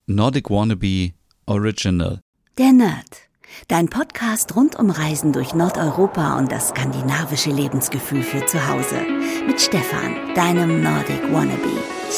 Nordic Wannabe Original. Der Nerd. Dein Podcast rund um Reisen durch Nordeuropa und das skandinavische Lebensgefühl für zu Hause. Mit Stefan, deinem Nordic Wannabe.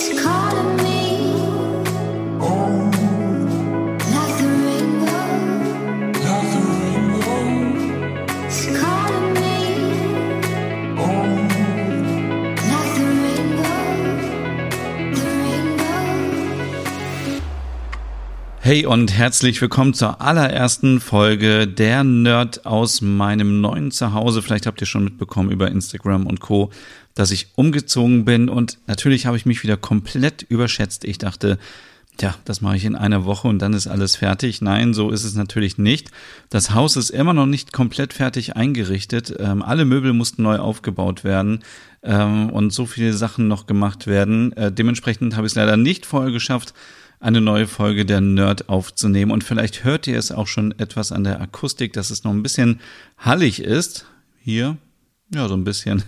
Hey und herzlich willkommen zur allerersten Folge der Nerd aus meinem neuen Zuhause. Vielleicht habt ihr schon mitbekommen über Instagram und Co., dass ich umgezogen bin und natürlich habe ich mich wieder komplett überschätzt. Ich dachte, ja, das mache ich in einer Woche und dann ist alles fertig. Nein, so ist es natürlich nicht. Das Haus ist immer noch nicht komplett fertig eingerichtet. Alle Möbel mussten neu aufgebaut werden und so viele Sachen noch gemacht werden. Dementsprechend habe ich es leider nicht vorher geschafft, eine neue Folge der Nerd aufzunehmen. Und vielleicht hört ihr es auch schon etwas an der Akustik, dass es noch ein bisschen hallig ist. Hier, ja, so ein bisschen.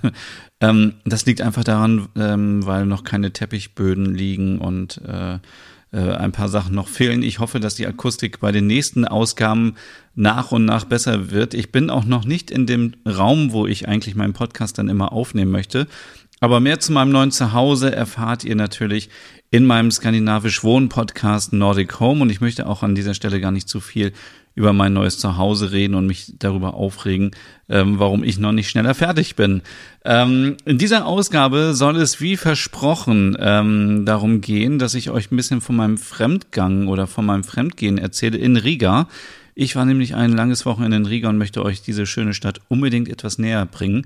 Das liegt einfach daran, weil noch keine Teppichböden liegen und ein paar Sachen noch fehlen. Ich hoffe, dass die Akustik bei den nächsten Ausgaben nach und nach besser wird. Ich bin auch noch nicht in dem Raum, wo ich eigentlich meinen Podcast dann immer aufnehmen möchte. Aber mehr zu meinem neuen Zuhause erfahrt ihr natürlich in meinem Skandinavisch-Wohnen-Podcast Nordic Home. Und ich möchte auch an dieser Stelle gar nicht zu viel über mein neues Zuhause reden und mich darüber aufregen, warum ich noch nicht schneller fertig bin. In dieser Ausgabe soll es wie versprochen darum gehen, dass ich euch ein bisschen von meinem Fremdgang oder von meinem Fremdgehen erzähle in Riga. Ich war nämlich ein langes Wochenende in Riga und möchte euch diese schöne Stadt unbedingt etwas näher bringen.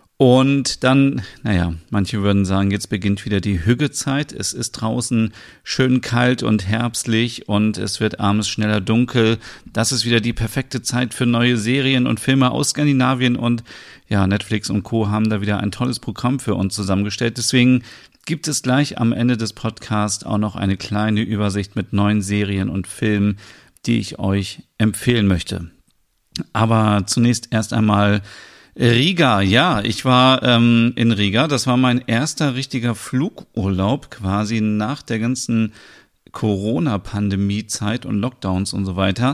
Und dann, manche würden sagen, jetzt beginnt wieder die Hüggezeit. Es ist draußen schön kalt und herbstlich und es wird abends schneller dunkel. Das ist wieder die perfekte Zeit für neue Serien und Filme aus Skandinavien und ja, Netflix und Co. haben da wieder ein tolles Programm für uns zusammengestellt. Deswegen gibt es gleich am Ende des Podcasts auch noch eine kleine Übersicht mit neuen Serien und Filmen, die ich euch empfehlen möchte. Aber zunächst erst einmal Riga, ja, ich war in Riga, das war mein erster richtiger Flugurlaub quasi nach der ganzen Corona-Pandemie-Zeit und Lockdowns und so weiter.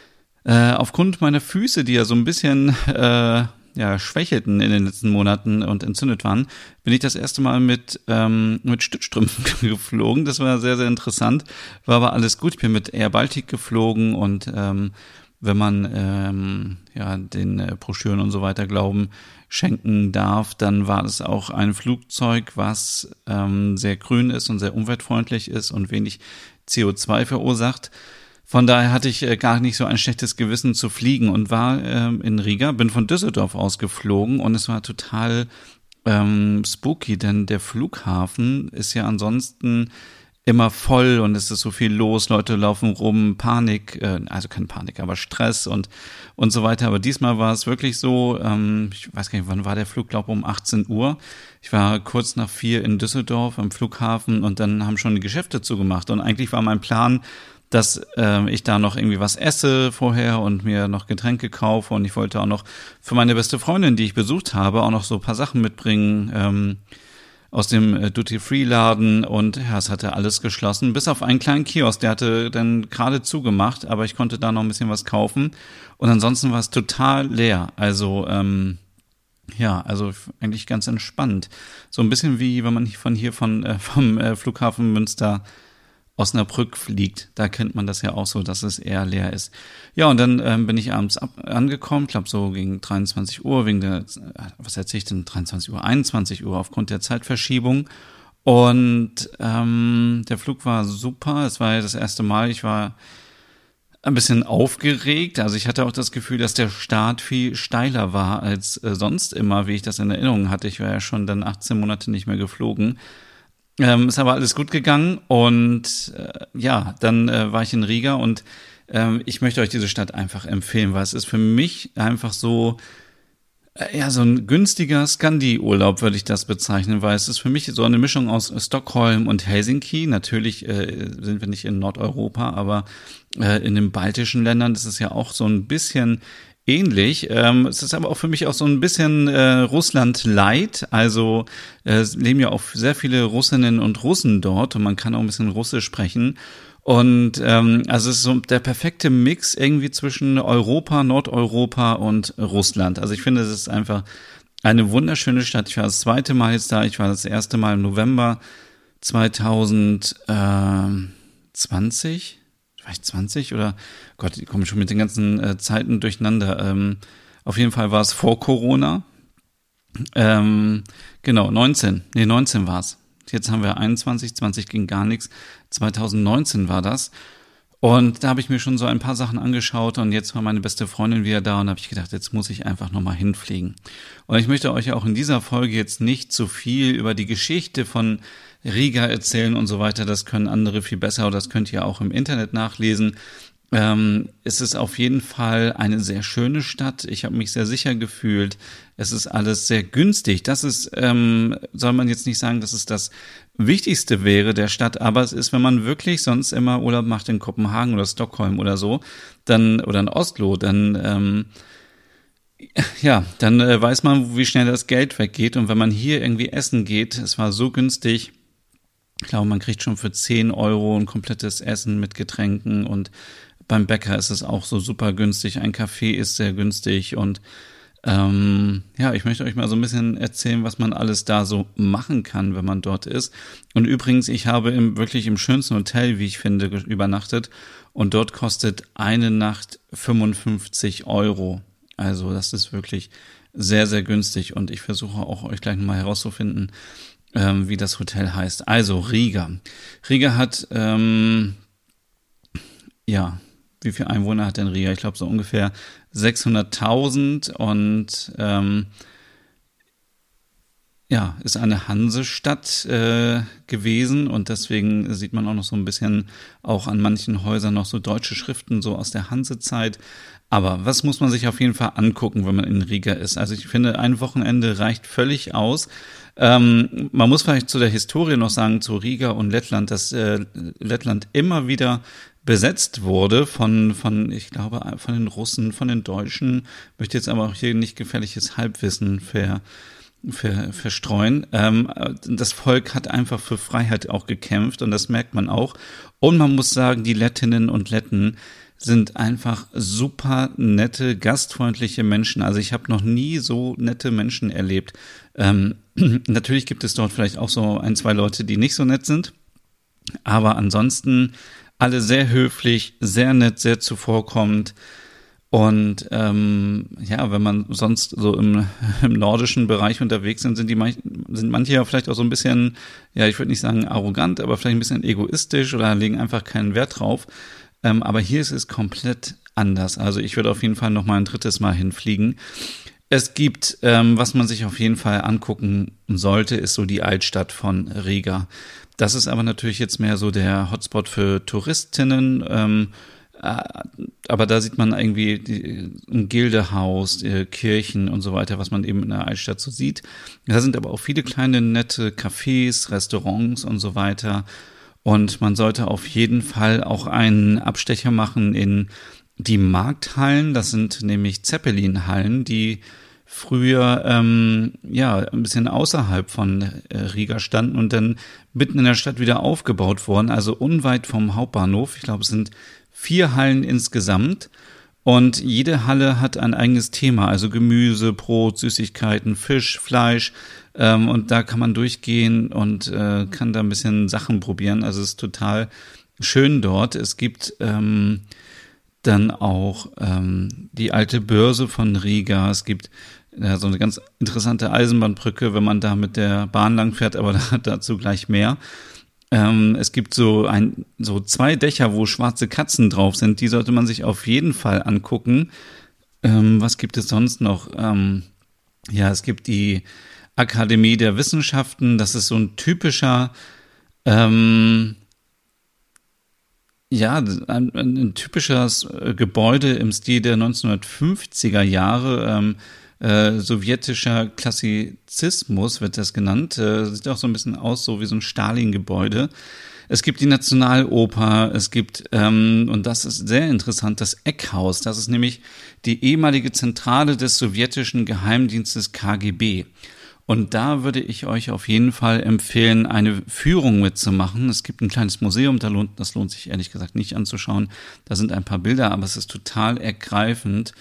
Aufgrund meiner Füße, die ja so ein bisschen schwächelten in den letzten Monaten und entzündet waren, bin ich das erste Mal mit Stützstrümpfen geflogen. Das war sehr, sehr interessant, war aber alles gut. Ich bin mit Air Baltic geflogen und wenn man den Broschüren und so weiter Glauben schenken darf, dann war es auch ein Flugzeug, was sehr grün ist und sehr umweltfreundlich ist und wenig CO2 verursacht. Von daher hatte ich gar nicht so ein schlechtes Gewissen zu fliegen und war in Riga, bin von Düsseldorf aus geflogen und es war total spooky, denn der Flughafen ist ja ansonsten immer voll und es ist so viel los, Leute laufen rum, Panik, also keine Panik, aber Stress und so weiter. Aber diesmal war es wirklich so, ich weiß gar nicht, wann war der Flug, glaube um 18 Uhr. Ich war kurz nach 4 in Düsseldorf am Flughafen und dann haben schon die Geschäfte zugemacht. Und eigentlich war mein Plan, dass ich da noch irgendwie was esse vorher und mir noch Getränke kaufe. Und ich wollte auch noch für meine beste Freundin, die ich besucht habe, auch noch so ein paar Sachen mitbringen, aus dem Duty-Free-Laden und ja, es hatte alles geschlossen, bis auf einen kleinen Kiosk, der hatte dann gerade zugemacht, aber ich konnte da noch ein bisschen was kaufen und ansonsten war es total leer, also eigentlich ganz entspannt, so ein bisschen wie wenn man vom Flughafen Münster Osnabrück fliegt, da kennt man das ja auch so, dass es eher leer ist. Ja, und dann bin ich abends angekommen, ich glaube so gegen 23 Uhr, wegen der, 23 Uhr, 21 Uhr aufgrund der Zeitverschiebung. Und der Flug war super, es war ja das erste Mal, ich war ein bisschen aufgeregt, also ich hatte auch das Gefühl, dass der Start viel steiler war als sonst immer, wie ich das in Erinnerung hatte. Ich war ja schon dann 18 Monate nicht mehr geflogen. Ist aber alles gut gegangen und dann war ich in Riga und ich möchte euch diese Stadt einfach empfehlen, weil es ist für mich einfach so so ein günstiger Skandi-Urlaub würde ich das bezeichnen, weil es ist für mich so eine Mischung aus Stockholm und Helsinki. Natürlich sind wir nicht in Nordeuropa, aber in den baltischen Ländern ist es ja auch so ein bisschen ähnlich. Es ist aber auch für mich auch so ein bisschen Russland-Light. Also es leben ja auch sehr viele Russinnen und Russen dort und man kann auch ein bisschen Russisch sprechen. Und also es ist so der perfekte Mix irgendwie zwischen Europa, Nordeuropa und Russland. Also ich finde, es ist einfach eine wunderschöne Stadt. Ich war das zweite Mal jetzt da. Ich war das erste Mal im November 2020. War ich 20 oder Gott, ich komme schon mit den ganzen Zeiten durcheinander. Auf jeden Fall war es vor Corona. Genau, 19 war es. Jetzt haben wir 21, 20 ging gar nichts. 2019 war das. Und da habe ich mir schon so ein paar Sachen angeschaut und jetzt war meine beste Freundin wieder da und habe ich gedacht, jetzt muss ich einfach nochmal hinfliegen. Und ich möchte euch auch in dieser Folge jetzt nicht zu viel über die Geschichte von Riga erzählen und so weiter. Das können andere viel besser oder das könnt ihr auch im Internet nachlesen. Es ist auf jeden Fall eine sehr schöne Stadt. Ich habe mich sehr sicher gefühlt. Es ist alles sehr günstig. Das ist, soll man jetzt nicht sagen, dass es das Wichtigste wäre der Stadt, aber es ist, wenn man wirklich sonst immer Urlaub macht in Kopenhagen oder Stockholm oder so, dann oder in Oslo, dann dann weiß man, wie schnell das Geld weggeht. Und wenn man hier irgendwie essen geht, es war so günstig. Ich glaube, man kriegt schon für 10 Euro ein komplettes Essen mit Getränken und beim Bäcker ist es auch so super günstig. Ein Kaffee ist sehr günstig und ich möchte euch mal so ein bisschen erzählen, was man alles da so machen kann, wenn man dort ist. Und übrigens, ich habe wirklich im schönsten Hotel, wie ich finde, übernachtet und dort kostet eine Nacht 55 Euro. Also das ist wirklich sehr, sehr günstig und ich versuche auch euch gleich nochmal herauszufinden, wie das Hotel heißt. Also Riga. Riga hat, wie viele Einwohner hat denn Riga? Ich glaube so ungefähr 600.000 und ist eine Hansestadt gewesen und deswegen sieht man auch noch so ein bisschen auch an manchen Häusern noch so deutsche Schriften so aus der Hansezeit. Aber was muss man sich auf jeden Fall angucken, wenn man in Riga ist? Also ich finde, ein Wochenende reicht völlig aus. Man muss vielleicht zu der Historie noch sagen, zu Riga und Lettland, dass Lettland immer wieder besetzt wurde von ich glaube, von den Russen, von den Deutschen. Möchte jetzt aber auch hier nicht gefährliches Halbwissen verstreuen. Das Volk hat einfach für Freiheit auch gekämpft und das merkt man auch. Und man muss sagen, die Lettinnen und Letten sind einfach super nette, gastfreundliche Menschen. Also ich habe noch nie so nette Menschen erlebt. Natürlich gibt es dort vielleicht auch so ein, zwei Leute, die nicht so nett sind. Aber ansonsten alle sehr höflich, sehr nett, sehr zuvorkommend. Und wenn man sonst so im nordischen Bereich unterwegs sind, sind manche ja vielleicht auch so ein bisschen, ich würde nicht sagen arrogant, aber vielleicht ein bisschen egoistisch oder legen einfach keinen Wert drauf. Aber hier ist es komplett anders. Also ich würde auf jeden Fall noch mal ein drittes Mal hinfliegen. Es gibt, was man sich auf jeden Fall angucken sollte, ist so die Altstadt von Riga. Das ist aber natürlich jetzt mehr so der Hotspot für Touristinnen. Aber da sieht man irgendwie ein Gildehaus, Kirchen und so weiter, was man eben in der Altstadt so sieht. Da sind aber auch viele kleine nette Cafés, Restaurants und so weiter. Und man sollte auf jeden Fall auch einen Abstecher machen in die Markthallen. Das sind nämlich Zeppelin-Hallen, die früher ein bisschen außerhalb von Riga standen und dann mitten in der Stadt wieder aufgebaut wurden. Also unweit vom Hauptbahnhof. Ich glaube, es sind 4 Hallen insgesamt. Und jede Halle hat ein eigenes Thema. Also Gemüse, Brot, Süßigkeiten, Fisch, Fleisch. Und da kann man durchgehen und kann da ein bisschen Sachen probieren. Also es ist total schön dort. Es gibt dann auch die alte Börse von Riga. Es gibt so eine ganz interessante Eisenbahnbrücke, wenn man da mit der Bahn lang fährt, aber dazu gleich mehr. Es gibt so 2 Dächer, wo schwarze Katzen drauf sind. Die sollte man sich auf jeden Fall angucken. Was gibt es sonst noch? Es gibt die Akademie der Wissenschaften. Das ist so ein typischer, ein typisches Gebäude im Stil der 1950er Jahre. Sowjetischer Klassizismus wird das genannt. Sieht auch so ein bisschen aus, so wie so ein Stalin-Gebäude. Es gibt die Nationaloper, es gibt, und das ist sehr interessant, das Eckhaus. Das ist nämlich die ehemalige Zentrale des sowjetischen Geheimdienstes KGB. Und da würde ich euch auf jeden Fall empfehlen, eine Führung mitzumachen. Es gibt ein kleines Museum, das lohnt sich ehrlich gesagt nicht anzuschauen. Da sind ein paar Bilder, aber es ist total ergreifend,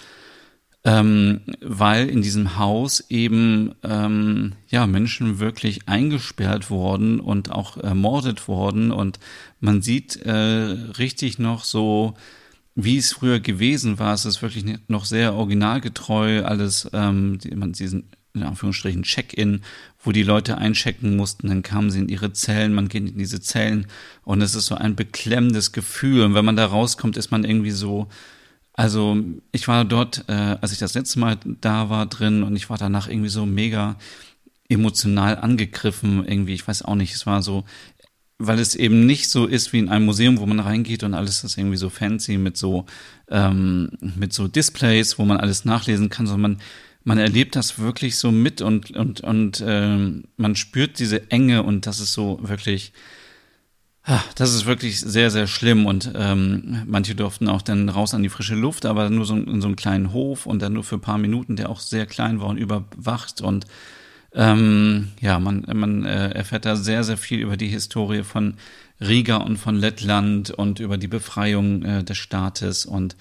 weil in diesem Haus eben Menschen wirklich eingesperrt wurden und auch ermordet wurden. Und man sieht richtig noch so, wie es früher gewesen war. Es ist wirklich noch sehr originalgetreu, alles, diesen in Anführungsstrichen Check-in, wo die Leute einchecken mussten, dann kamen sie in ihre Zellen, man geht in diese Zellen und es ist so ein beklemmendes Gefühl. Und wenn man da rauskommt, ist man irgendwie so, also ich war dort, als ich das letzte Mal da war drin und ich war danach irgendwie so mega emotional angegriffen irgendwie, ich weiß auch nicht, es war so, weil es eben nicht so ist wie in einem Museum, wo man reingeht und alles ist irgendwie so fancy mit so Displays, wo man alles nachlesen kann, sondern man erlebt das wirklich so mit und man spürt diese Enge und das ist so wirklich, das ist wirklich sehr, sehr schlimm und manche durften auch dann raus an die frische Luft, aber nur so in so einem kleinen Hof und dann nur für ein paar Minuten, der auch sehr klein war und überwacht und man erfährt da sehr, sehr viel über die Historie von Riga und von Lettland und über die Befreiung des Staates und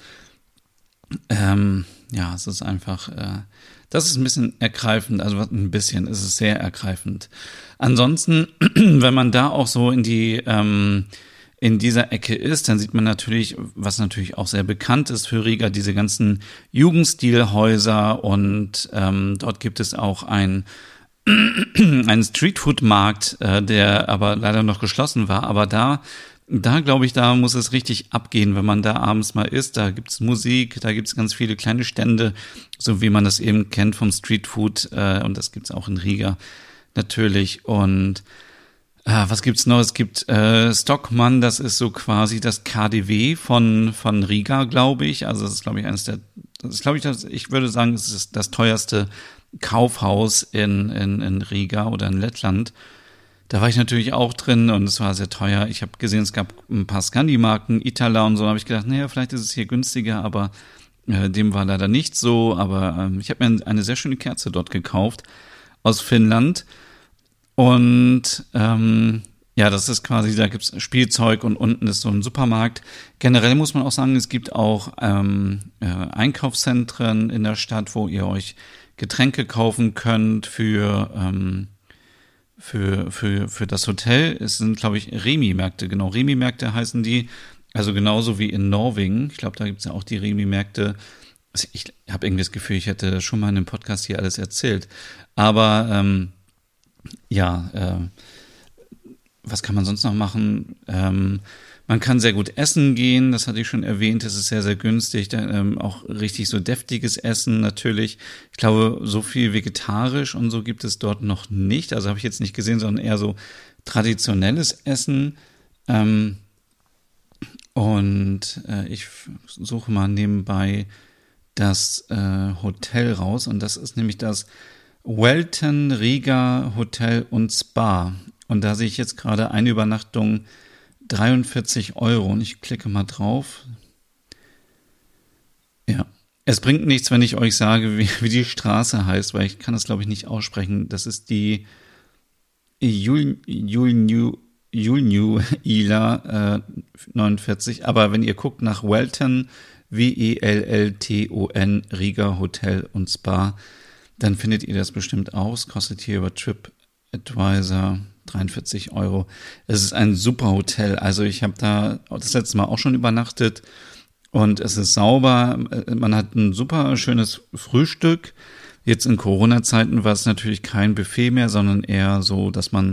es ist einfach, das ist ein bisschen ergreifend, also es ist sehr ergreifend. Ansonsten, wenn man da auch so in dieser Ecke ist, dann sieht man natürlich, was natürlich auch sehr bekannt ist für Riga, diese ganzen Jugendstilhäuser und dort gibt es auch einen Streetfood-Markt, der aber leider noch geschlossen war, aber da glaube ich, da muss es richtig abgehen, wenn man da abends mal ist. Da gibt's Musik, da gibt's ganz viele kleine Stände, so wie man das eben kennt vom Streetfood. Und das gibt's auch in Riga natürlich. Und was gibt's noch? Es gibt Stockmann, das ist so quasi das KaDeWe von Riga, glaube ich. Also das ist, glaube ich, ich würde sagen, es ist das teuerste Kaufhaus in Riga oder in Lettland. Da war ich natürlich auch drin und es war sehr teuer. Ich habe gesehen, es gab ein paar Scandi-Marken, Itala und so. Da habe ich gedacht, naja, vielleicht ist es hier günstiger, aber dem war leider nicht so. Aber ich habe mir eine sehr schöne Kerze dort gekauft aus Finnland. Und das ist quasi, da gibt's Spielzeug und unten ist so ein Supermarkt. Generell muss man auch sagen, es gibt auch Einkaufszentren in der Stadt, wo ihr euch Getränke kaufen könnt für das Hotel. Es sind, glaube ich, Remi-Märkte, genau, Remi-Märkte heißen die, also genauso wie in Norwegen. Ich glaube, da gibt es ja auch die Remi-Märkte. Also ich habe irgendwie das Gefühl, ich hätte schon mal in einem Podcast hier alles erzählt. Aber was kann man sonst noch machen? Man kann sehr gut essen gehen, das hatte ich schon erwähnt, das ist sehr, sehr günstig, auch richtig so deftiges Essen natürlich. Ich glaube, so viel vegetarisch und so gibt es dort noch nicht, also habe ich jetzt nicht gesehen, sondern eher so traditionelles Essen. Ich suche mal nebenbei das Hotel raus und das ist nämlich das Welton Riga Hotel und Spa. Und da sehe ich jetzt gerade eine Übernachtung 43 € und ich klicke mal drauf. Ja, es bringt nichts, wenn ich euch sage, wie die Straße heißt, weil ich kann das, glaube ich, nicht aussprechen. Das ist die Julniu Ila 49. Aber wenn ihr guckt nach Welton, Wellton, Riga Hotel und Spa, dann findet ihr das bestimmt aus. Kostet hier über TripAdvisor 43 €. Es ist ein super Hotel. Also ich habe da das letzte Mal auch schon übernachtet und es ist sauber. Man hat ein super schönes Frühstück. Jetzt in Corona-Zeiten war es natürlich kein Buffet mehr, sondern eher so, dass man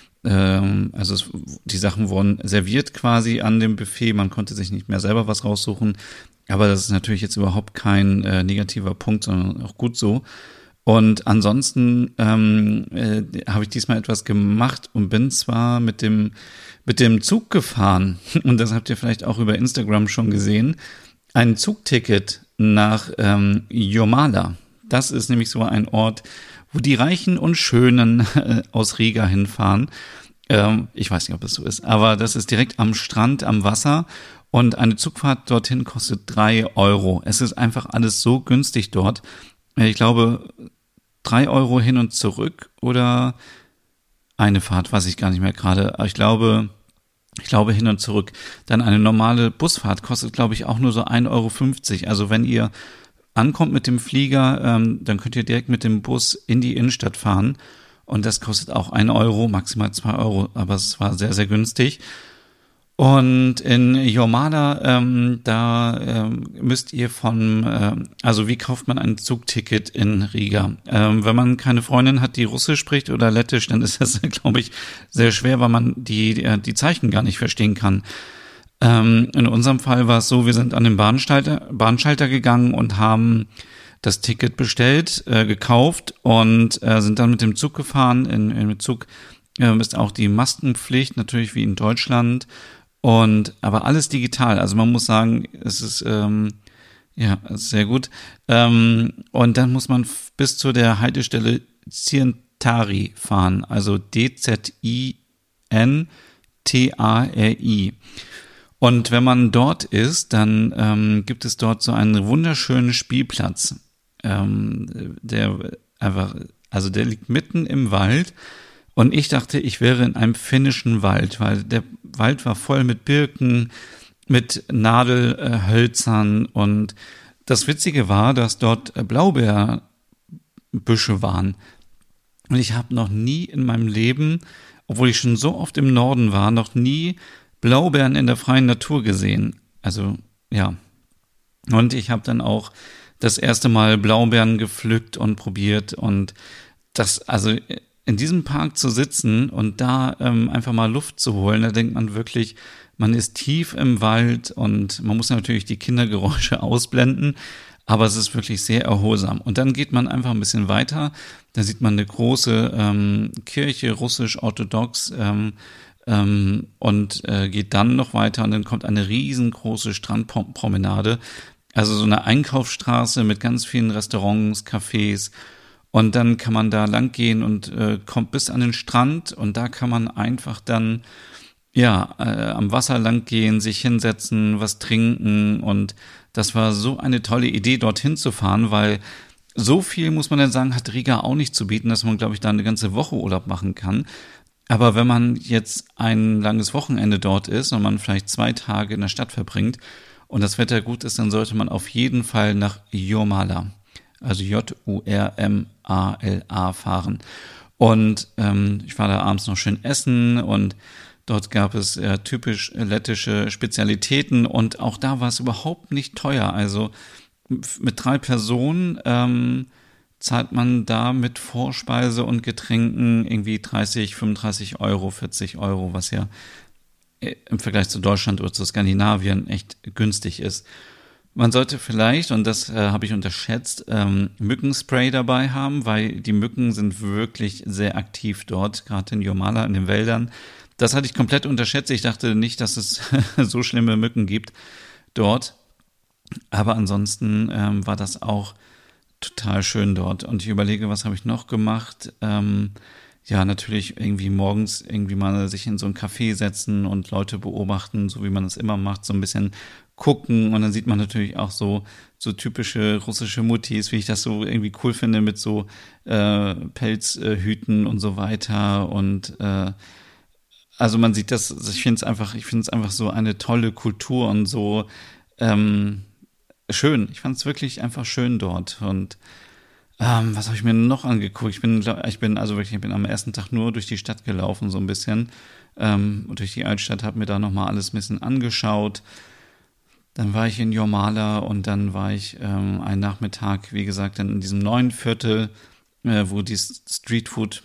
die Sachen wurden serviert quasi an dem Buffet. Man konnte sich nicht mehr selber was raussuchen. Aber das ist natürlich jetzt überhaupt kein negativer Punkt, sondern auch gut so. Und ansonsten habe ich diesmal etwas gemacht und bin zwar mit dem Zug gefahren, und das habt ihr vielleicht auch über Instagram schon gesehen, ein Zugticket nach Jomala. Das ist nämlich so ein Ort, wo die Reichen und Schönen aus Riga hinfahren. Ich weiß nicht, ob es so ist, aber das ist direkt am Strand, am Wasser. Und eine Zugfahrt dorthin kostet 3 €. Es ist einfach alles so günstig dort. Ich glaube, 3 Euro hin und zurück oder eine Fahrt, weiß ich gar nicht mehr gerade. Aber ich glaube hin und zurück. Dann eine normale Busfahrt kostet, glaube ich, auch nur so 1,50 Euro. Also wenn ihr ankommt mit dem Flieger, dann könnt ihr direkt mit dem Bus in die Innenstadt fahren. Und das kostet auch 1 Euro, maximal 2 Euro. Aber es war sehr, sehr günstig. Und in Jurmala, müsst ihr also wie kauft man ein Zugticket in Riga? Wenn man keine Freundin hat, die Russisch spricht oder Lettisch, dann ist das, glaube ich, sehr schwer, weil man die Zeichen gar nicht verstehen kann. In unserem Fall war es so, wir sind an den Bahnschalter gegangen und haben das Ticket bestellt, gekauft und sind dann mit dem Zug gefahren. Mit Zug ist auch die Maskenpflicht, natürlich wie in Deutschland. Aber alles digital. Also man muss sagen, es ist sehr gut. Und dann muss man bis zu der Haltestelle Zientari fahren. Also D-Z-I-N-T-A-R-I. Und wenn man dort ist, dann gibt es dort so einen wunderschönen Spielplatz. Der liegt mitten im Wald. Und ich dachte, ich wäre in einem finnischen Wald, weil der Wald war voll mit Birken, mit Nadelhölzern. Und das Witzige war, dass dort Blaubeerbüsche waren. Und ich habe noch nie in meinem Leben, obwohl ich schon so oft im Norden war, noch nie Blaubeeren in der freien Natur gesehen. Also, ja. Und ich habe dann auch das erste Mal Blaubeeren gepflückt und probiert. Und in diesem Park zu sitzen und da einfach mal Luft zu holen, da denkt man wirklich, man ist tief im Wald und man muss natürlich die Kindergeräusche ausblenden, aber es ist wirklich sehr erholsam. Und dann geht man einfach ein bisschen weiter, da sieht man eine große Kirche, russisch-orthodox, und geht dann noch weiter und dann kommt eine riesengroße Strandpromenade, also so eine Einkaufsstraße mit ganz vielen Restaurants, Cafés. Und dann kann man da lang gehen und kommt bis an den Strand und da kann man einfach dann am Wasser lang gehen, sich hinsetzen, was trinken und das war so eine tolle Idee, dorthin zu fahren, weil so viel, muss man dann sagen, hat Riga auch nicht zu bieten, dass man, glaube ich, da eine ganze Woche Urlaub machen kann. Aber wenn man jetzt ein langes Wochenende dort ist und man vielleicht 2 Tage in der Stadt verbringt und das Wetter gut ist, dann sollte man auf jeden Fall nach Jurmala. Also Jurmala fahren. Und ich war da abends noch schön essen und dort gab es typisch lettische Spezialitäten und auch da war es überhaupt nicht teuer. Also mit 3 Personen zahlt man da mit Vorspeise und Getränken irgendwie 30, 35 Euro, 40 Euro, was ja im Vergleich zu Deutschland oder zu Skandinavien echt günstig ist. Man sollte vielleicht, und das habe ich unterschätzt, Mückenspray dabei haben, weil die Mücken sind wirklich sehr aktiv dort, gerade in Jurmala, in den Wäldern. Das hatte ich komplett unterschätzt. Ich dachte nicht, dass es so schlimme Mücken gibt dort. Aber ansonsten war das auch total schön dort. Und ich überlege, was habe ich noch gemacht? Natürlich irgendwie morgens irgendwie mal sich in so ein Café setzen und Leute beobachten, so wie man es immer macht, so ein bisschen gucken und dann sieht man natürlich auch so typische russische Muttis, wie ich das so irgendwie cool finde mit so Pelzhüten und so weiter und also man sieht das, ich finde es einfach so eine tolle Kultur und so schön. Ich fand es wirklich einfach schön dort und was habe ich mir noch angeguckt? Ich bin am ersten Tag nur durch die Stadt gelaufen, so ein bisschen, und durch die Altstadt, habe mir da nochmal alles ein bisschen angeschaut. Dann war ich in Jurmala und dann war ich einen Nachmittag, wie gesagt, dann in diesem neuen Viertel, wo die Streetfood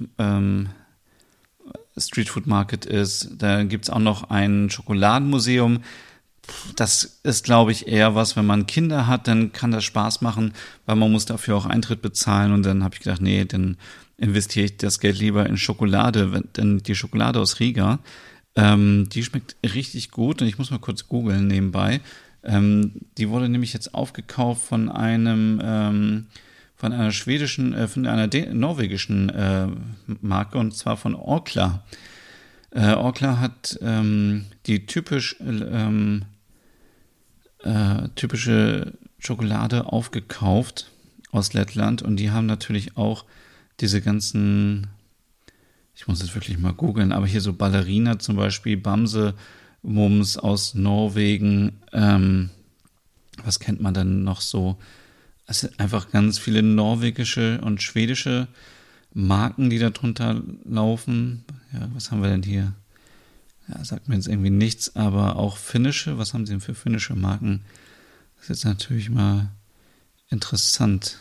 Market ist. Da gibt's auch noch ein Schokoladenmuseum. Das ist, glaube ich, eher was, wenn man Kinder hat, dann kann das Spaß machen, weil man muss dafür auch Eintritt bezahlen. Und dann habe ich gedacht, nee, dann investiere ich das Geld lieber in Schokolade, denn die Schokolade aus Riga, die schmeckt richtig gut. Und ich muss mal kurz googeln nebenbei. Die wurde nämlich jetzt aufgekauft von einer norwegischen Marke, und zwar von Orkla. Orkla hat die typische Schokolade aufgekauft aus Lettland und die haben natürlich auch diese ganzen, ich muss jetzt wirklich mal googeln, aber hier so Ballerina zum Beispiel, Bamse Mums aus Norwegen, was kennt man denn noch so? Es sind einfach ganz viele norwegische und schwedische Marken, die da drunter laufen. Ja, was haben wir denn hier? Ja, sagt mir jetzt irgendwie nichts, aber auch finnische. Was haben sie denn für finnische Marken? Das ist jetzt natürlich mal interessant.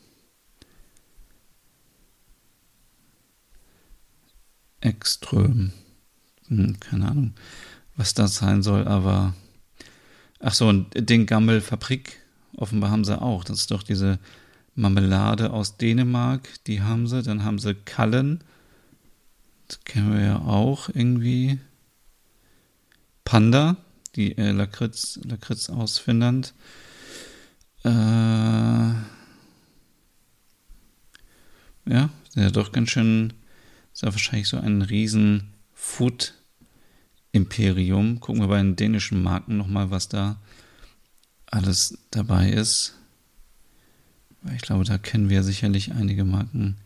Ekström. Keine Ahnung, was das sein soll, aber ach so, und den Gammel-Fabrik offenbar haben sie auch. Das ist doch diese Marmelade aus Dänemark, die haben sie. Dann haben sie Kallen, das kennen wir ja auch irgendwie. Panda, die Lakritz aus Finnland. Ja, sind ja doch ganz schön, ist ja wahrscheinlich so ein riesen Food-Imperium. Gucken wir bei den dänischen Marken nochmal, was da alles dabei ist. Ich glaube, da kennen wir sicherlich einige Marken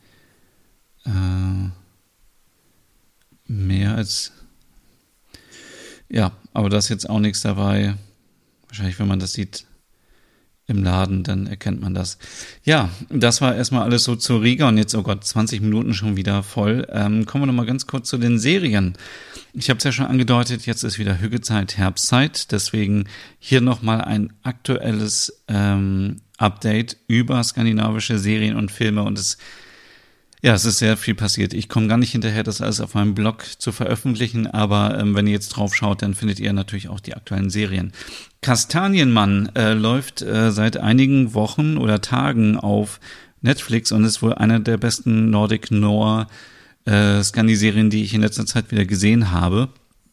mehr als, ja, aber da ist jetzt auch nichts dabei. Wahrscheinlich, wenn man das sieht im Laden, dann erkennt man das. Ja, das war erstmal alles so zur Riga und jetzt, oh Gott, 20 Minuten schon wieder voll. Kommen wir nochmal ganz kurz zu den Serien. Ich habe es ja schon angedeutet, jetzt ist wieder Hügezeit, Herbstzeit, deswegen hier nochmal ein aktuelles Update über skandinavische Serien und Filme und es ist sehr viel passiert. Ich komme gar nicht hinterher, das alles auf meinem Blog zu veröffentlichen, aber wenn ihr jetzt drauf schaut, dann findet ihr natürlich auch die aktuellen Serien. Kastanienmann läuft seit einigen Wochen oder Tagen auf Netflix und ist wohl einer der besten Nordic Noir Scandi-Serien, die ich in letzter Zeit wieder gesehen habe.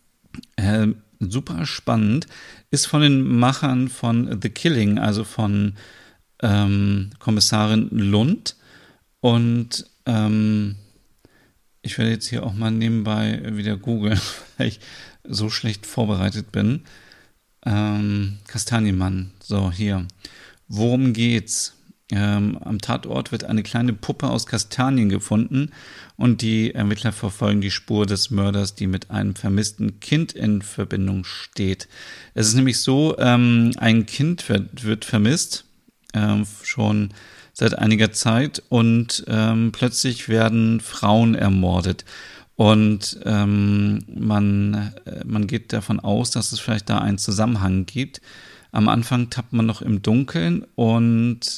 Super spannend. Ist von den Machern von The Killing, also von Kommissarin Lund. Und ich werde jetzt hier auch mal nebenbei wieder googeln, weil ich so schlecht vorbereitet bin. Kastanienmann, so hier. Worum geht's? Am Tatort wird eine kleine Puppe aus Kastanien gefunden und die Ermittler verfolgen die Spur des Mörders, die mit einem vermissten Kind in Verbindung steht. Es ist nämlich so, ein Kind wird vermisst, schon seit einiger Zeit und plötzlich werden Frauen ermordet. Und man geht davon aus, dass es vielleicht da einen Zusammenhang gibt. Am Anfang tappt man noch im Dunkeln und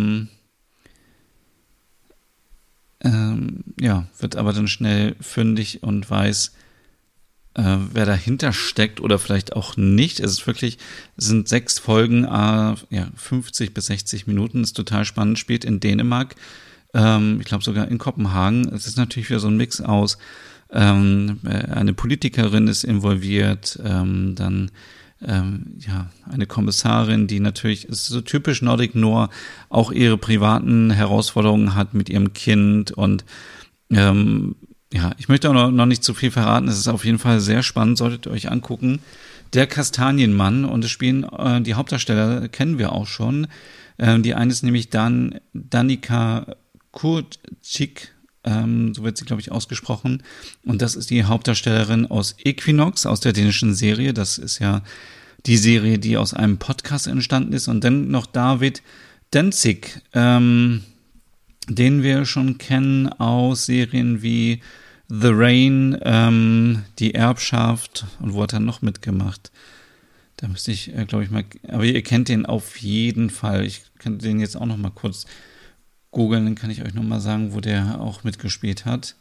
wird aber dann schnell fündig und weiß, wer dahinter steckt oder vielleicht auch nicht. Es sind 6 Folgen, 50 bis 60 Minuten, ist total spannend, spielt in Dänemark, ich glaube sogar in Kopenhagen. Es ist natürlich wieder so ein Mix aus, eine Politikerin ist involviert, dann eine Kommissarin, die natürlich, ist so typisch Nordic Noir, auch ihre privaten Herausforderungen hat mit ihrem Kind und ich möchte auch noch nicht zu viel verraten, es ist auf jeden Fall sehr spannend, solltet ihr euch angucken. Der Kastanienmann und es spielen die Hauptdarsteller, kennen wir auch schon. Die eine ist nämlich Danica Kurcik, so wird sie, glaube ich, ausgesprochen. Und das ist die Hauptdarstellerin aus Equinox, aus der dänischen Serie. Das ist ja die Serie, die aus einem Podcast entstanden ist. Und dann noch David Dencik, den wir schon kennen aus Serien wie The Rain, Die Erbschaft und wo hat er noch mitgemacht? Da müsste ich, glaube ich, mal, aber ihr kennt den auf jeden Fall. Ich kann den jetzt auch noch mal kurz googeln, dann kann ich euch noch mal sagen, wo der auch mitgespielt hat.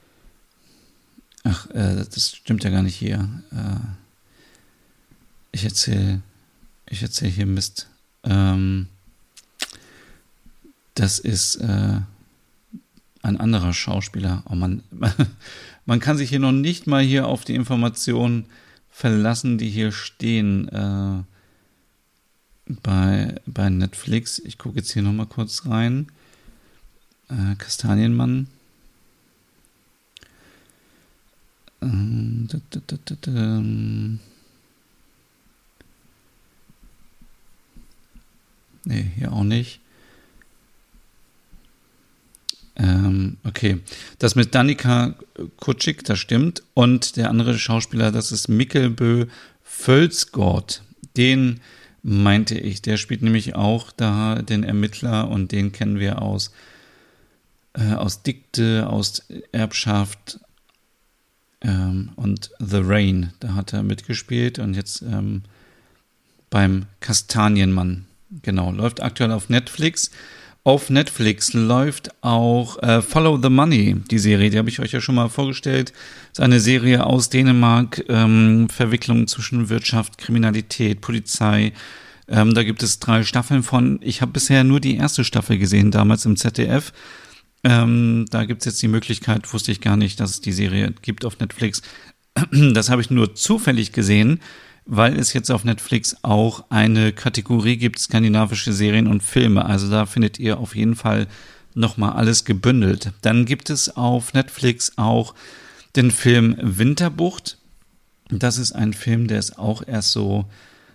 Ach, das stimmt ja gar nicht hier. Ich erzähle hier Mist. Das ist ein anderer Schauspieler. Oh Mann, man kann sich hier noch nicht mal hier auf die Informationen verlassen, die hier stehen bei Netflix. Ich gucke jetzt hier noch mal kurz rein. Kastanienmann. Nee, hier auch nicht. Okay, Okay, das mit Danica Kutschik, das stimmt. Und der andere Schauspieler, das ist Mikkel Bø Følsgaard. Den meinte ich, der spielt nämlich auch da den Ermittler und den kennen wir aus Dicte, aus Erbschaft und The Rain. Da hat er mitgespielt und jetzt beim Kastanienmann. Genau, läuft aktuell auf Netflix. Auf Netflix läuft auch Follow the Money, die Serie, die habe ich euch ja schon mal vorgestellt. Das ist eine Serie aus Dänemark, Verwicklungen zwischen Wirtschaft, Kriminalität, Polizei. Da gibt es 3 Staffeln von. Ich habe bisher nur die erste Staffel gesehen, damals im ZDF. Da gibt es jetzt die Möglichkeit, wusste ich gar nicht, dass es die Serie gibt auf Netflix. Das habe ich nur zufällig gesehen, weil es jetzt auf Netflix auch eine Kategorie gibt, skandinavische Serien und Filme. Also da findet ihr auf jeden Fall nochmal alles gebündelt. Dann gibt es auf Netflix auch den Film Winterbucht. Das ist ein Film, der ist auch erst so,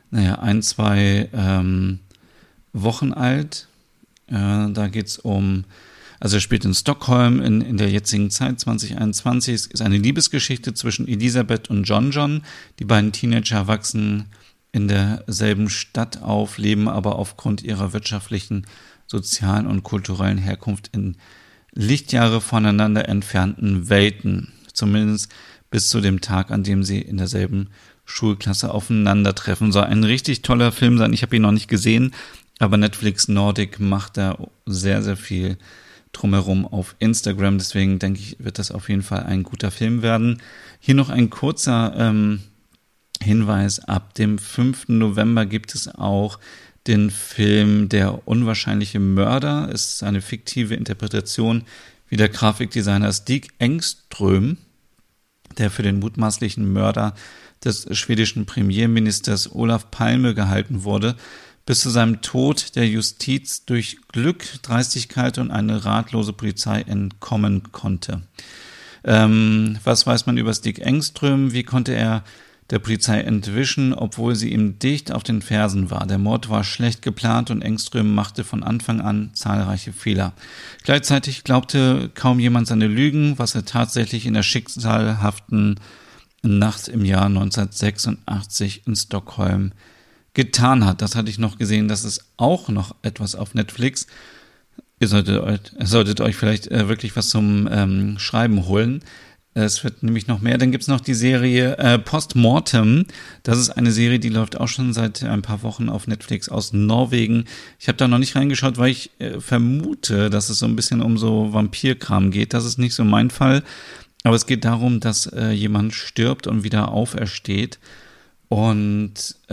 1-2 Wochen alt. Da geht's also er spielt in Stockholm in der jetzigen Zeit, 2021. Es ist eine Liebesgeschichte zwischen Elisabeth und John. Die beiden Teenager wachsen in derselben Stadt auf, leben aber aufgrund ihrer wirtschaftlichen, sozialen und kulturellen Herkunft in Lichtjahre voneinander entfernten Welten. Zumindest bis zu dem Tag, an dem sie in derselben Schulklasse aufeinandertreffen. Soll ein richtig toller Film sein. Ich habe ihn noch nicht gesehen, aber Netflix Nordic macht da sehr, sehr viel drumherum auf Instagram. Deswegen denke ich, wird das auf jeden Fall ein guter Film werden. Hier noch ein kurzer Hinweis. Ab dem 5. November gibt es auch den Film Der unwahrscheinliche Mörder. Es ist eine fiktive Interpretation wie der Grafikdesigner Stig Engström, der für den mutmaßlichen Mörder des schwedischen Premierministers Olof Palme gehalten wurde, bis zu seinem Tod der Justiz durch Glück, Dreistigkeit und eine ratlose Polizei entkommen konnte. Was weiß man über Stig Engström? Wie konnte er der Polizei entwischen, obwohl sie ihm dicht auf den Fersen war? Der Mord war schlecht geplant und Engström machte von Anfang an zahlreiche Fehler. Gleichzeitig glaubte kaum jemand seine Lügen, was er tatsächlich in der schicksalhaften Nacht im Jahr 1986 in Stockholm getan hat. Das hatte ich noch gesehen, das ist auch noch etwas auf Netflix. Ihr solltet euch vielleicht wirklich was zum Schreiben holen. Es wird nämlich noch mehr. Dann gibt es noch die Serie Postmortem. Das ist eine Serie, die läuft auch schon seit ein paar Wochen auf Netflix aus Norwegen. Ich habe da noch nicht reingeschaut, weil ich vermute, dass es so ein bisschen um so Vampirkram geht. Das ist nicht so mein Fall. Aber es geht darum, dass jemand stirbt und wieder aufersteht. Und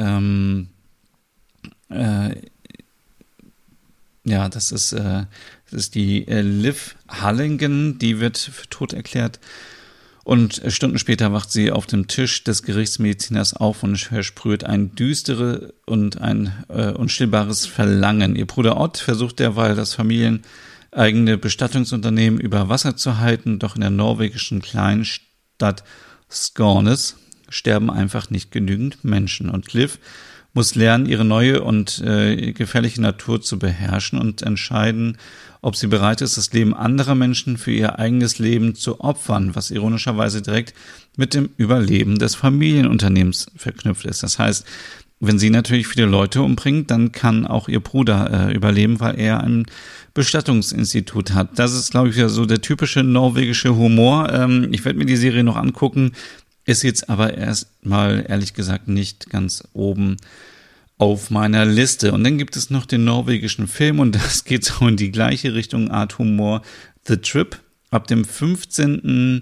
das ist die Liv Hallingen, die wird für tot erklärt. Und Stunden später wacht sie auf dem Tisch des Gerichtsmediziners auf und versprüht ein düstere und ein unstillbares Verlangen. Ihr Bruder Ott versucht derweil, das familieneigene Bestattungsunternehmen über Wasser zu halten, doch in der norwegischen Kleinstadt Skånes sterben einfach nicht genügend Menschen. Und Liv muss lernen, ihre neue und gefährliche Natur zu beherrschen und entscheiden, ob sie bereit ist, das Leben anderer Menschen für ihr eigenes Leben zu opfern, was ironischerweise direkt mit dem Überleben des Familienunternehmens verknüpft ist. Das heißt, wenn sie natürlich viele Leute umbringt, dann kann auch ihr Bruder überleben, weil er ein Bestattungsinstitut hat. Das ist, glaube ich, ja so der typische norwegische Humor. Ich werde mir die Serie noch angucken. Ist jetzt aber erstmal, ehrlich gesagt, nicht ganz oben auf meiner Liste. Und dann gibt es noch den norwegischen Film und das geht so in die gleiche Richtung, Art Humor, The Trip. Ab dem 15.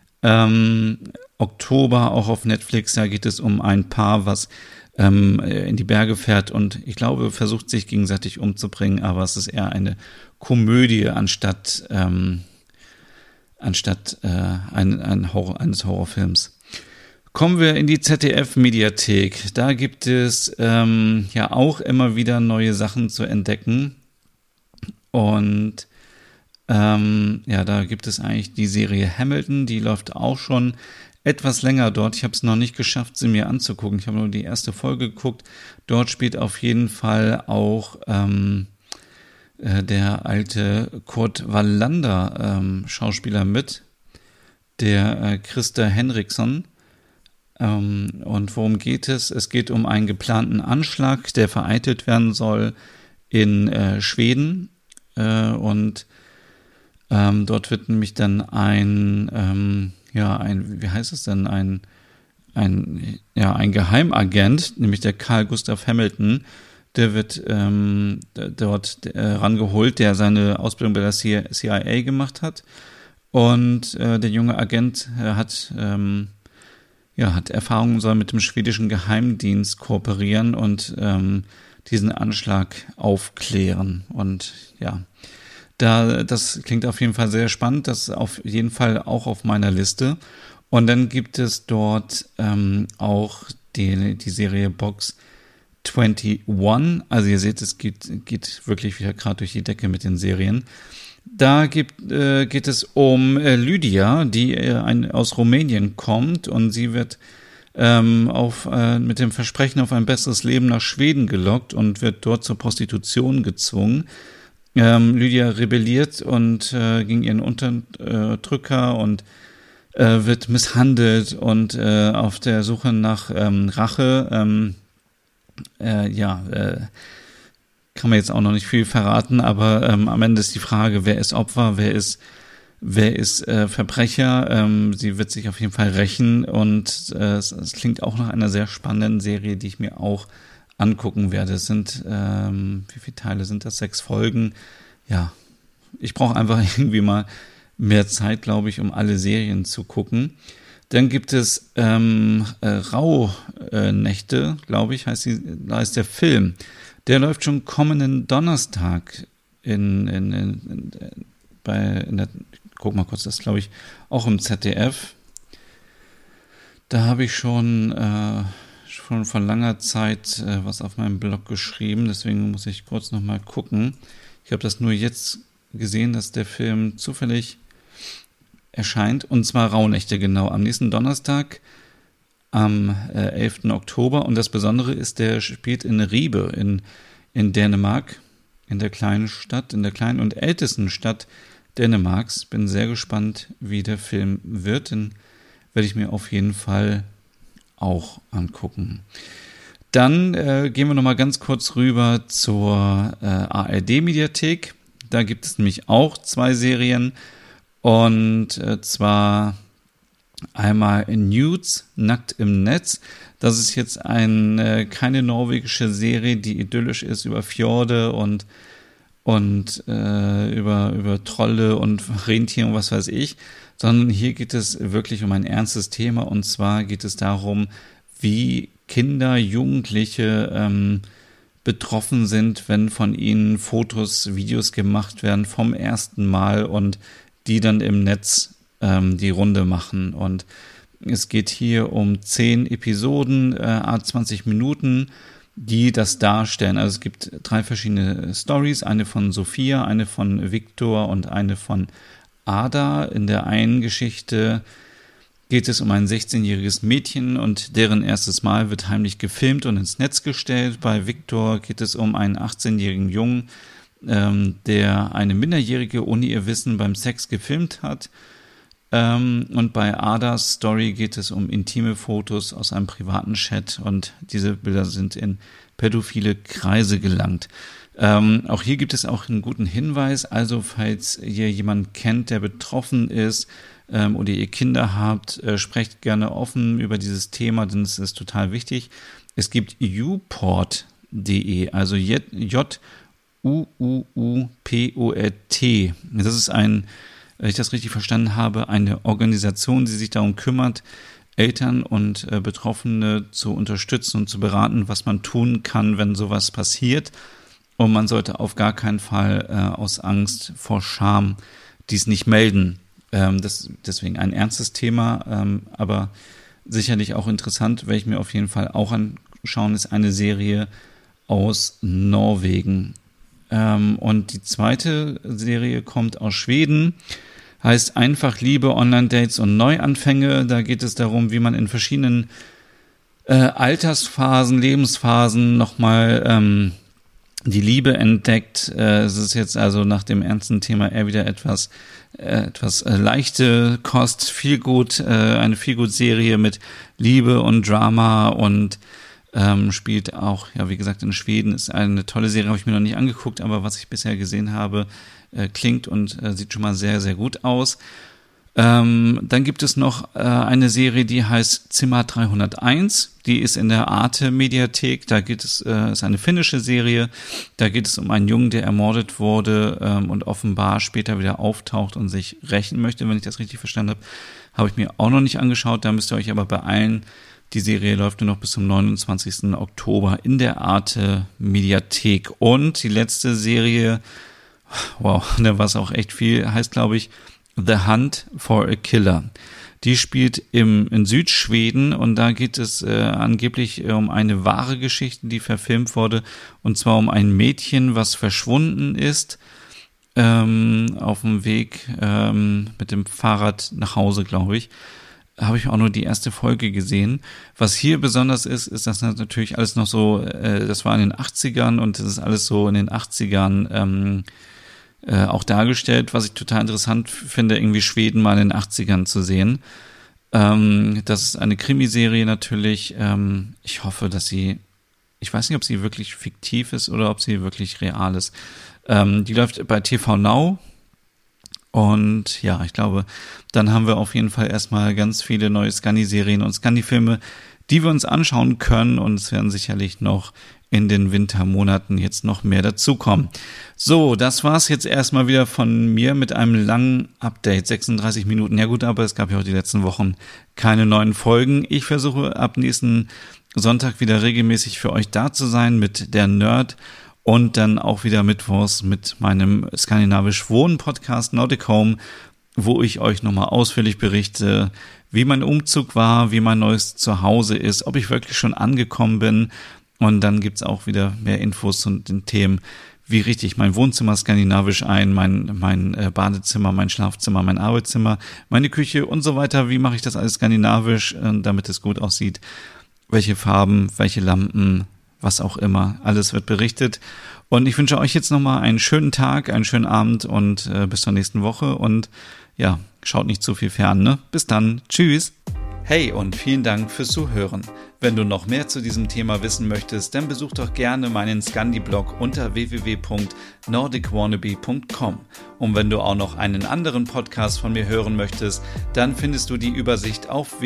Oktober auch auf Netflix, da geht es um ein Paar, was in die Berge fährt und ich glaube, versucht sich gegenseitig umzubringen, aber es ist eher eine Komödie anstatt eines Horrorfilms. Kommen wir in die ZDF-Mediathek. Da gibt es auch immer wieder neue Sachen zu entdecken. Und da gibt es eigentlich die Serie Hamilton, die läuft auch schon etwas länger dort. Ich habe es noch nicht geschafft, sie mir anzugucken. Ich habe nur die erste Folge geguckt. Dort spielt auf jeden Fall auch der alte Kurt Wallander Schauspieler mit, der Christer Henriksson. Und worum geht es? Es geht um einen geplanten Anschlag, der vereitelt werden soll in Schweden. Und dort wird nämlich dann wie heißt es denn, ein Geheimagent, nämlich der Carl Gustav Hamilton, der wird dort rangeholt, der seine Ausbildung bei der CIA gemacht hat. Und der junge Agent hat Erfahrungen, soll mit dem schwedischen Geheimdienst kooperieren und diesen Anschlag aufklären. Und ja, das klingt auf jeden Fall sehr spannend. Das ist auf jeden Fall auch auf meiner Liste. Und dann gibt es dort auch die Serie Box 21. Also ihr seht, es geht wirklich wieder gerade durch die Decke mit den Serien. Da geht es um Lydia, die aus Rumänien kommt, und sie wird mit dem Versprechen auf ein besseres Leben nach Schweden gelockt und wird dort zur Prostitution gezwungen. Lydia rebelliert und gegen ihren Unterdrücker und wird misshandelt und auf der Suche nach Rache. Kann man jetzt auch noch nicht viel verraten, aber am Ende ist die Frage, wer ist Opfer, wer ist Verbrecher. Sie wird sich auf jeden Fall rächen, und es klingt auch nach einer sehr spannenden Serie, die ich mir auch angucken werde. Es sind, wie viele Teile sind das? 6 Folgen. Ja, ich brauche einfach irgendwie mal mehr Zeit, glaube ich, um alle Serien zu gucken. Dann gibt es Rauhnächte, glaube ich, heißt der Film. Der läuft schon kommenden Donnerstag guck mal kurz, das ist, glaube ich, auch im ZDF. Da habe ich schon vor langer Zeit was auf meinem Blog geschrieben, deswegen muss ich kurz nochmal gucken. Ich habe das nur jetzt gesehen, dass der Film zufällig erscheint, und zwar Rauhnächte, genau, am nächsten Donnerstag, am 11. Oktober. Und das Besondere ist, der spielt in Ribe in Dänemark, in der kleinen und ältesten Stadt Dänemarks. Bin sehr gespannt, wie der Film wird. Den werde ich mir auf jeden Fall auch angucken. Dann gehen wir nochmal ganz kurz rüber zur ARD-Mediathek. Da gibt es nämlich auch 2 Serien. Und zwar einmal Nudes, nackt im Netz. Das ist jetzt keine norwegische Serie, die idyllisch ist über Fjorde und über Trolle und Rentiere und was weiß ich, sondern hier geht es wirklich um ein ernstes Thema, und zwar geht es darum, wie Kinder, Jugendliche betroffen sind, wenn von ihnen Fotos, Videos gemacht werden vom ersten Mal und die dann im Netz die Runde machen. Und es geht hier um 10 Episoden, 20 Minuten, die das darstellen. Also es gibt 3 verschiedene Stories, eine von Sophia, eine von Viktor und eine von Ada. In der einen Geschichte geht es um ein 16-jähriges Mädchen, und deren erstes Mal wird heimlich gefilmt und ins Netz gestellt. Bei Viktor geht es um einen 18-jährigen Jungen, der eine Minderjährige ohne ihr Wissen beim Sex gefilmt hat. Und bei Adas Story geht es um intime Fotos aus einem privaten Chat, und diese Bilder sind in pädophile Kreise gelangt. Auch hier gibt es auch einen guten Hinweis, also falls ihr jemanden kennt, der betroffen ist oder ihr Kinder habt, sprecht gerne offen über dieses Thema, denn es ist total wichtig. Es gibt youport.de, also J-U-U-U-P-O-R-T. Das ist wenn ich das richtig verstanden habe, eine Organisation, die sich darum kümmert, Eltern und Betroffene zu unterstützen und zu beraten, was man tun kann, wenn sowas passiert. Und man sollte auf gar keinen Fall aus Angst vor Scham dies nicht melden. Deswegen ein ernstes Thema, aber sicherlich auch interessant, werde ich mir auf jeden Fall auch anschauen, ist eine Serie aus Norwegen. Und die zweite Serie kommt aus Schweden, heißt Einfach Liebe, Online-Dates und Neuanfänge. Da geht es darum, wie man in verschiedenen Altersphasen, Lebensphasen nochmal die Liebe entdeckt. Es ist jetzt also nach dem ernsten Thema eher wieder etwas leichte Kost, eine Feelgood-Serie mit Liebe und Drama und spielt auch, ja, wie gesagt, in Schweden. Ist eine tolle Serie, habe ich mir noch nicht angeguckt, aber was ich bisher gesehen habe, klingt und sieht schon mal sehr, sehr gut aus. Dann gibt es noch eine Serie, die heißt Zimmer 301. Die ist in der Arte-Mediathek. Da geht es, ist eine finnische Serie. Da geht es um einen Jungen, der ermordet wurde und offenbar später wieder auftaucht und sich rächen möchte, wenn ich das richtig verstanden habe. Habe ich mir auch noch nicht angeschaut. Da müsst ihr euch aber beeilen. Die Serie läuft nur noch bis zum 29. Oktober in der Arte-Mediathek. Und die letzte Serie, wow, da war es auch echt viel, heißt, glaube ich, The Hunt for a Killer. Die spielt in Südschweden und da geht es angeblich um eine wahre Geschichte, die verfilmt wurde, und zwar um ein Mädchen, was verschwunden ist auf dem Weg mit dem Fahrrad nach Hause, glaube ich. Habe ich auch nur die erste Folge gesehen. Was hier besonders ist, dass das natürlich alles noch so, das war in den 80ern und das ist alles so in den 80ern auch dargestellt, was ich total interessant finde, irgendwie Schweden mal in den 80ern zu sehen. Das ist eine Krimiserie natürlich. Ich hoffe, dass ich weiß nicht, ob sie wirklich fiktiv ist oder ob sie wirklich real ist. Die läuft bei TV Now. Und ja, ich glaube, dann haben wir auf jeden Fall erstmal ganz viele neue Scandi-Serien und Scandi-Filme, die wir uns anschauen können. Und es werden sicherlich noch in den Wintermonaten jetzt noch mehr dazukommen. So, das war's jetzt erstmal wieder von mir mit einem langen Update. 36 Minuten. Ja gut, aber es gab ja auch die letzten Wochen keine neuen Folgen. Ich versuche ab nächsten Sonntag wieder regelmäßig für euch da zu sein mit der Nerd. Und dann auch wieder mittwochs mit meinem skandinavisch Wohnen-Podcast Nordic Home, wo ich euch nochmal ausführlich berichte, wie mein Umzug war, wie mein neues Zuhause ist, ob ich wirklich schon angekommen bin. Und dann gibt's auch wieder mehr Infos zu den Themen, wie richte ich mein Wohnzimmer skandinavisch ein, mein Badezimmer, mein Schlafzimmer, mein Arbeitszimmer, meine Küche und so weiter. Wie mache ich das alles skandinavisch, damit es gut aussieht? Welche Farben, welche Lampen, was auch immer, alles wird berichtet. Und ich wünsche euch jetzt nochmal einen schönen Tag, einen schönen Abend und bis zur nächsten Woche. Und ja, schaut nicht zu viel fern, ne? Bis dann. Tschüss. Hey und vielen Dank fürs Zuhören. Wenn du noch mehr zu diesem Thema wissen möchtest, dann besuch doch gerne meinen Scandi-Blog unter www.nordicwannabe.com. Und wenn du auch noch einen anderen Podcast von mir hören möchtest, dann findest du die Übersicht auf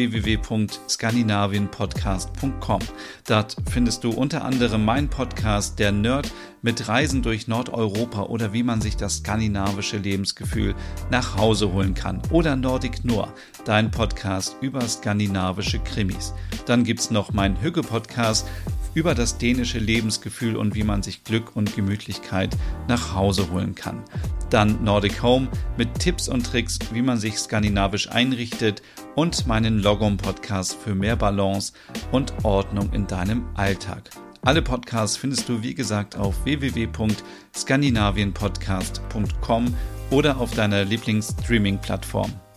www.skandinavienpodcast.com. Dort findest du unter anderem meinen Podcast Der Nerd mit Reisen durch Nordeuropa oder wie man sich das skandinavische Lebensgefühl nach Hause holen kann. Oder Nordic Noir, dein Podcast über skandinavische Krimis. Dann gibt's noch meinen Hügge-Podcast über das dänische Lebensgefühl und wie man sich Glück und Gemütlichkeit nach Hause holen kann. Dann Nordic Home mit Tipps und Tricks, wie man sich skandinavisch einrichtet und meinen Logom-Podcast für mehr Balance und Ordnung in deinem Alltag. Alle Podcasts findest du, wie gesagt, auf www.skandinavienpodcast.com oder auf deiner Lieblings-Streaming-Plattform.